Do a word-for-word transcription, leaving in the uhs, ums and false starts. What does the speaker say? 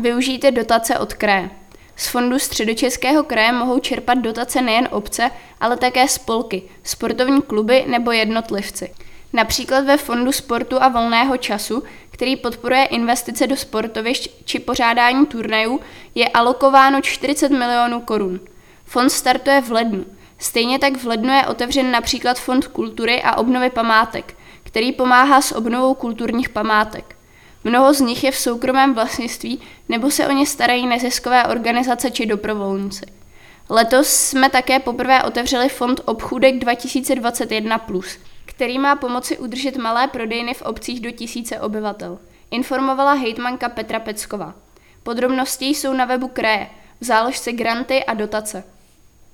Využijte dotace od kraje. Z fondu Středočeského kraje mohou čerpat dotace nejen obce, ale také spolky, sportovní kluby nebo jednotlivci. Například ve Fondu sportu a volného času, který podporuje investice do sportovišť či pořádání turnajů, je alokováno čtyřicet milionů korun. Fond startuje v lednu. Stejně tak v lednu je otevřen například Fond kultury a obnovy památek, který pomáhá s obnovou kulturních památek. Mnoho z nich je v soukromém vlastnictví nebo se o ně starají neziskové organizace či dobrovolníci. Letos jsme také poprvé otevřeli Fond Obchůdek dva tisíce dvacet jedna plus, který má pomoci udržet malé prodejny v obcích do tisíce obyvatel, informovala hejtmanka Petra Pecková. Podrobnosti jsou na webu kraje, v záložce granty a dotace.